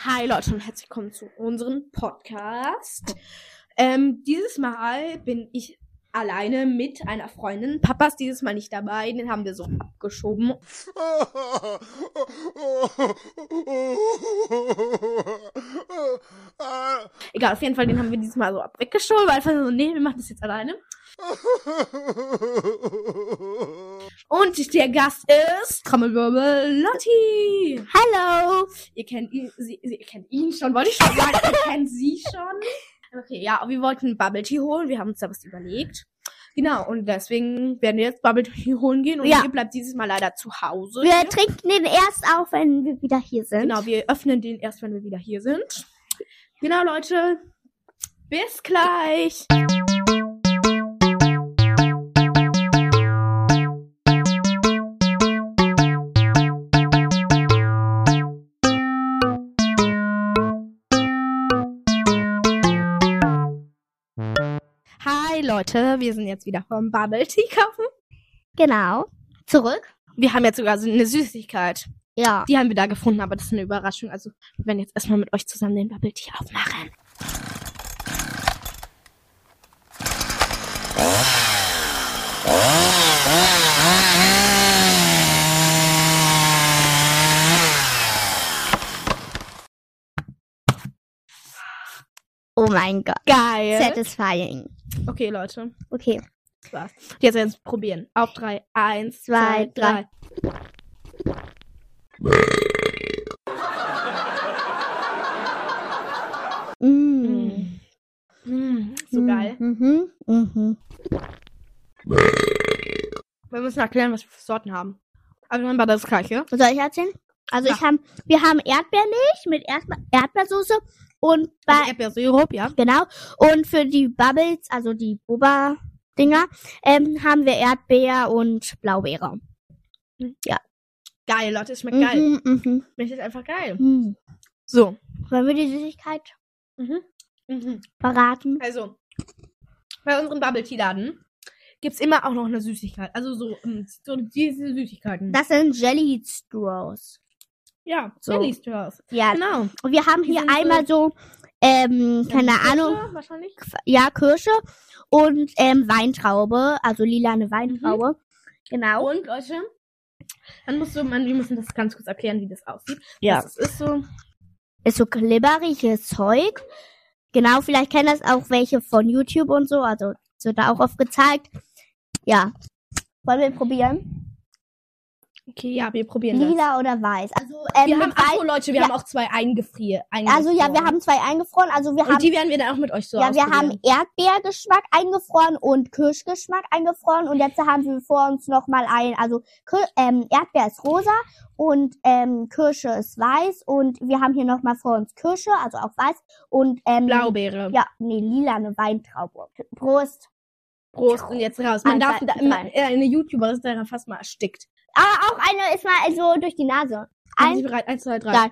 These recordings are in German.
Hi Leute und herzlich willkommen zu unserem Podcast. Dieses Mal bin ich alleine mit einer Freundin. Papa ist dieses Mal nicht dabei, den haben wir so abgeschoben. Egal, auf jeden Fall, den haben wir dieses Mal so weggeschoben, weil einfach so, nee, wir machen das jetzt alleine. Und der Gast ist Trommelwirbel Lotti. Hallo. Ihr kennt ihn schon, wollte ich schon sagen. Ihr kennt sie schon. Okay, ja, wir wollten Bubble Tea holen. Wir haben uns da was überlegt. Genau, und deswegen werden wir jetzt Bubble Tea holen gehen. Und ihr bleibt dieses Mal leider zu Hause. Wir trinken den erst auf, wenn wir wieder hier sind. Genau, wir öffnen den erst, wenn wir wieder hier sind. Genau, Leute. Bis gleich. Hi Leute, wir sind jetzt wieder vom Bubble Tea kaufen. Genau. Zurück. Wir haben jetzt sogar so eine Süßigkeit. Ja. Die haben wir da gefunden, aber das ist eine Überraschung. Also wir werden jetzt erstmal mit euch zusammen den Bubble Tea aufmachen. Oh mein Gott. Geil. Satisfying. Okay, Leute. Okay. Das war's. Jetzt werden wir es probieren. Auf 3. 1, 2, 3. So geil. Wir müssen erklären, was wir für Sorten haben. Also wir haben das gleiche. Soll ich erzählen? Also wir haben Erdbeermilch mit Erdbeersoße und Also Erdbeersirup, ja. Genau. Und für die Bubbles, also die Boba-Dinger, haben wir Erdbeer und Blaubeere. Ja. Geil, Leute, es schmeckt geil. Schmeckt jetzt einfach geil. So. Wollen wir die Süßigkeit verraten? Also, bei unseren Bubble Tea Laden gibt's immer auch noch eine Süßigkeit. Also so diese Süßigkeiten. Das sind Jelly Straws. Ja, so. Jelly Straws. Ja, genau. Und wir haben hier einmal so, keine Kirsche, Ahnung. Wahrscheinlich. Ja, Kirsche und Weintraube, also lilane Weintraube. Genau. Und Leute, wir müssen das ganz kurz erklären, wie das aussieht. Ja. Das ist so. Ist so glibberiges Zeug. Genau, vielleicht kennen das auch welche von YouTube und so, also es wird da auch oft gezeigt. Ja. Wollen wir probieren? Okay, ja, wir probieren das. Lila oder weiß? Also, wir haben auch 2 eingefroren. Also ja, wir haben 2 eingefroren. Also und die werden wir dann auch mit euch so ausprobieren. Wir haben Erdbeergeschmack eingefroren und Kirschgeschmack eingefroren. Und jetzt haben wir vor uns nochmal also Erdbeer ist rosa und Kirsche ist weiß. Und wir haben hier nochmal vor uns Kirsche, also auch weiß. Und Blaubeere. Ja, lilane Weintraube. Prost. Prost und jetzt raus. Man darf eine YouTuberin ist da fast mal erstickt. Aber auch eine ist mal so durch die Nase. Sind Sie bereit? 1, 2, 3.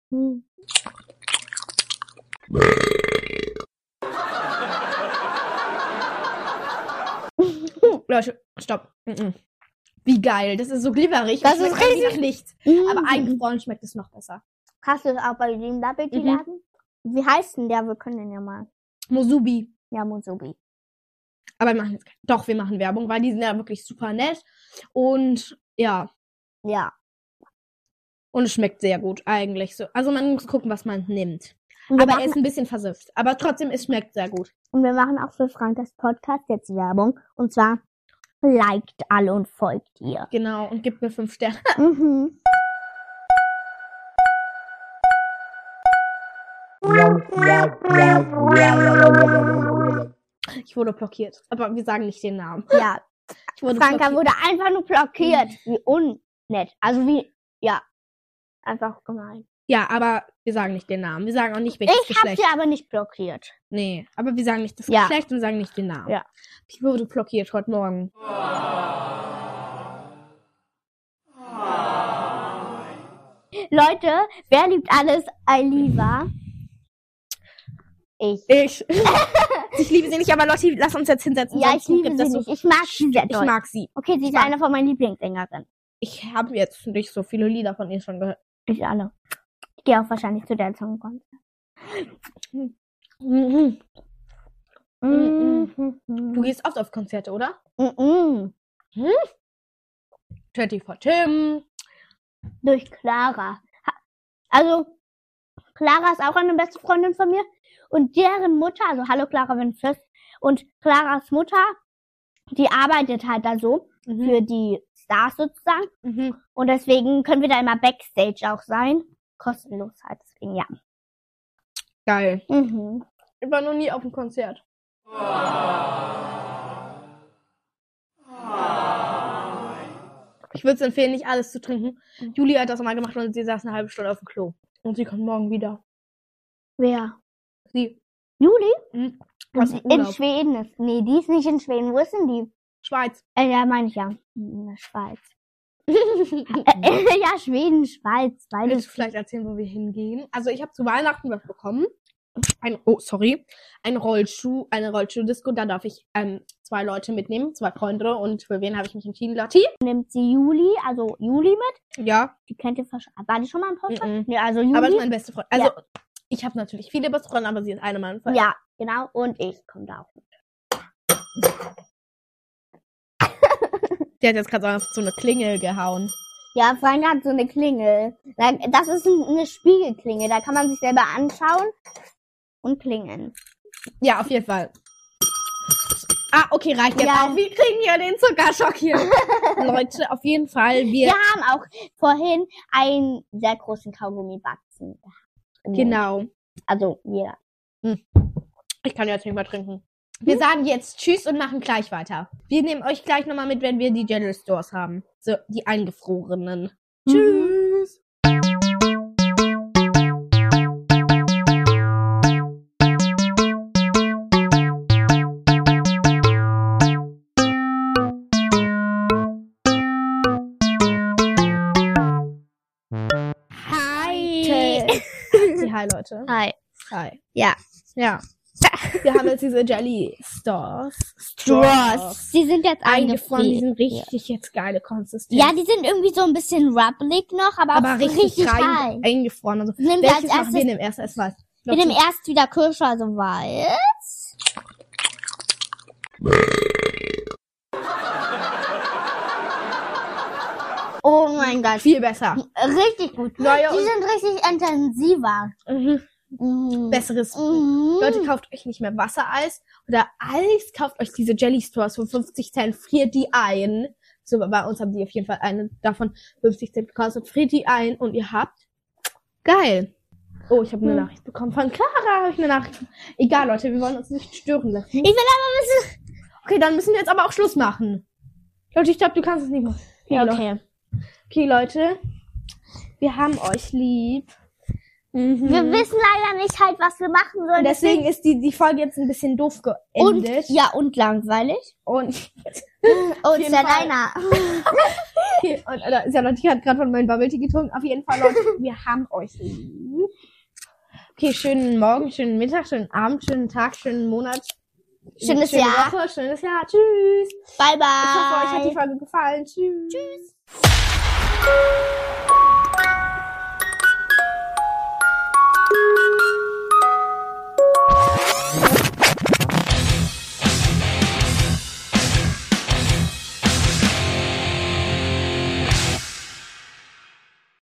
Leute, stopp. Wie geil. Das ist so glibberig. Das ist richtig nach nichts. Aber eingefroren schmeckt es noch besser. Hast du es auch bei dem Bubble Tea Laden? Wie heißt denn der? Wir können den ja mal. Mosubi. Ja, Mosubi. Aber wir machen Werbung, weil die sind ja wirklich super nett. Und ja. Ja. Und es schmeckt sehr gut eigentlich so. Also man muss gucken, was man nimmt. Aber er ist ein bisschen versifft. Aber trotzdem, es schmeckt sehr gut. Und wir machen auch für Frankas Podcast jetzt Werbung. Und zwar liked alle und folgt ihr. Genau. Und gebt mir 5 Sterne. Ich wurde blockiert. Aber wir sagen nicht den Namen. Ja. Franka wurde einfach nur blockiert. Wie unnett. Also einfach gemein. Ja, aber wir sagen nicht den Namen. Wir sagen auch nicht, welches Geschlecht. Ich hab sie aber nicht blockiert. Nee, aber wir sagen nicht das Geschlecht und sagen nicht den Namen. Ja. Ich wurde blockiert heute Morgen. Leute, wer liebt alles Aliva? Ich. Ich liebe sie nicht, aber Lotti, lass uns jetzt hinsetzen. Ja, ich liebe sie nicht. Ich mag sie sehr doll. Ich mag sie. Okay, sie ist eine von meinen Lieblingssängerinnen. Ich habe jetzt nicht so viele Lieder von ihr schon gehört. Ich alle. Ich gehe auch wahrscheinlich zu der Songkonzert. Du gehst oft auf Konzerte, oder? 24 Tim. Durch Clara. Also, Clara ist auch eine beste Freundin von mir. Und deren Mutter, also hallo Clara, wenn du hörst, und Claras Mutter, die arbeitet halt da so für die Stars sozusagen. Und deswegen können wir da immer Backstage auch sein. Kostenlos halt, deswegen ja. Geil. Ich war noch nie auf einem Konzert. Ich würde es empfehlen, nicht alles zu trinken. Juli hat das mal gemacht und sie saß eine halbe Stunde auf dem Klo. Und sie kommt morgen wieder. Wer? Sie. Juli? Aus dem In Urlaub. Schweden ist. Nee, die ist nicht in Schweden. Wo ist denn die? Schweiz. Ja, meine ich ja. In der Schweiz. Ja, Schweden, Schweiz, Willst du beides. vielleicht erzählen, wo wir hingehen? Also ich habe zu Weihnachten was bekommen. Eine Rollschuh-Disco. Da darf ich 2 Leute mitnehmen, 2 Freunde. Und für wen habe ich mich entschieden? Lotti? Nimmt sie Juli, also Juli mit. Ja. Die kennt ihr wahrscheinlich. War die schon mal im Podcast? Ja, also Juli. Aber ist meine beste Freundin. Also ich habe natürlich viele beste Freunde, aber sie ist eine meiner Freunde. Ja, genau. Und ich komme da auch mit. Die hat jetzt gerade so eine Klingel gehauen. Ja, Frank hat so eine Klingel. Das ist eine Spiegelklingel. Da kann man sich selber anschauen und klingeln. Ja, auf jeden Fall. Okay, reicht jetzt Ja. auch. Wir kriegen ja den Zuckerschock hier. Leute, auf jeden Fall. Wir haben auch vorhin einen sehr großen Kaugummi-Batzen gehabt. Genau. Also jeder. Ich kann jetzt nicht mehr trinken. Wir sagen jetzt Tschüss und machen gleich weiter. Wir nehmen euch gleich nochmal mit, wenn wir die General Stores haben. So, die eingefrorenen. Tschüss. Hi. Hi, Leute. Hi. Hi. Ja. Ja. Wir haben jetzt diese Jelly Stores. Straws. Die sind jetzt Eingefroren. Die eingefroren. sind richtig jetzt geile Konsistenz. Ja, die sind irgendwie so ein bisschen rubbelig noch, aber auch richtig heiß. eingefroren. Also, Nehmen wir als welches machen erstes, wir nehmen erst als weiß? wir nehmen erst wieder Kirsche, also weiß. Oh mein Gott. Viel besser. Richtig gut. Neue Die sind richtig intensiver. Besseres. Mhm. Leute, kauft euch nicht mehr Wassereis oder Eis, kauft euch diese Jelly Stores für 50 Cent, friert die ein. So, bei uns haben die auf jeden Fall eine davon 50 Cent gekostet. Friert die ein und ihr habt geil. Oh, ich habe eine Nachricht bekommen. Von Clara habe ich eine Nachricht bekommen. Egal, Leute, wir wollen uns nicht stören lassen. Ich will aber wissen. Okay, dann müssen wir jetzt aber auch Schluss machen. Leute, ich glaube, du kannst es nicht machen. Ja, okay. Okay, Leute, wir haben euch lieb. Wir wissen leider nicht halt, was wir machen sollen. Und deswegen ist die Folge jetzt ein bisschen doof geendet. und langweilig. Und Und jeden Selena. okay, und Charlotte hat gerade von meinem Bubble Tea getrunken. Auf jeden Fall, Leute, wir haben euch lieb. Okay, schönen Morgen, schönen Mittag, schönen Abend, schönen Tag, schönen Monat. Schönes schöne Jahr. Woche, schönes Jahr. Tschüss. Bye, bye. Ich hoffe, euch hat die Folge gefallen. Tschüss. Tschüss.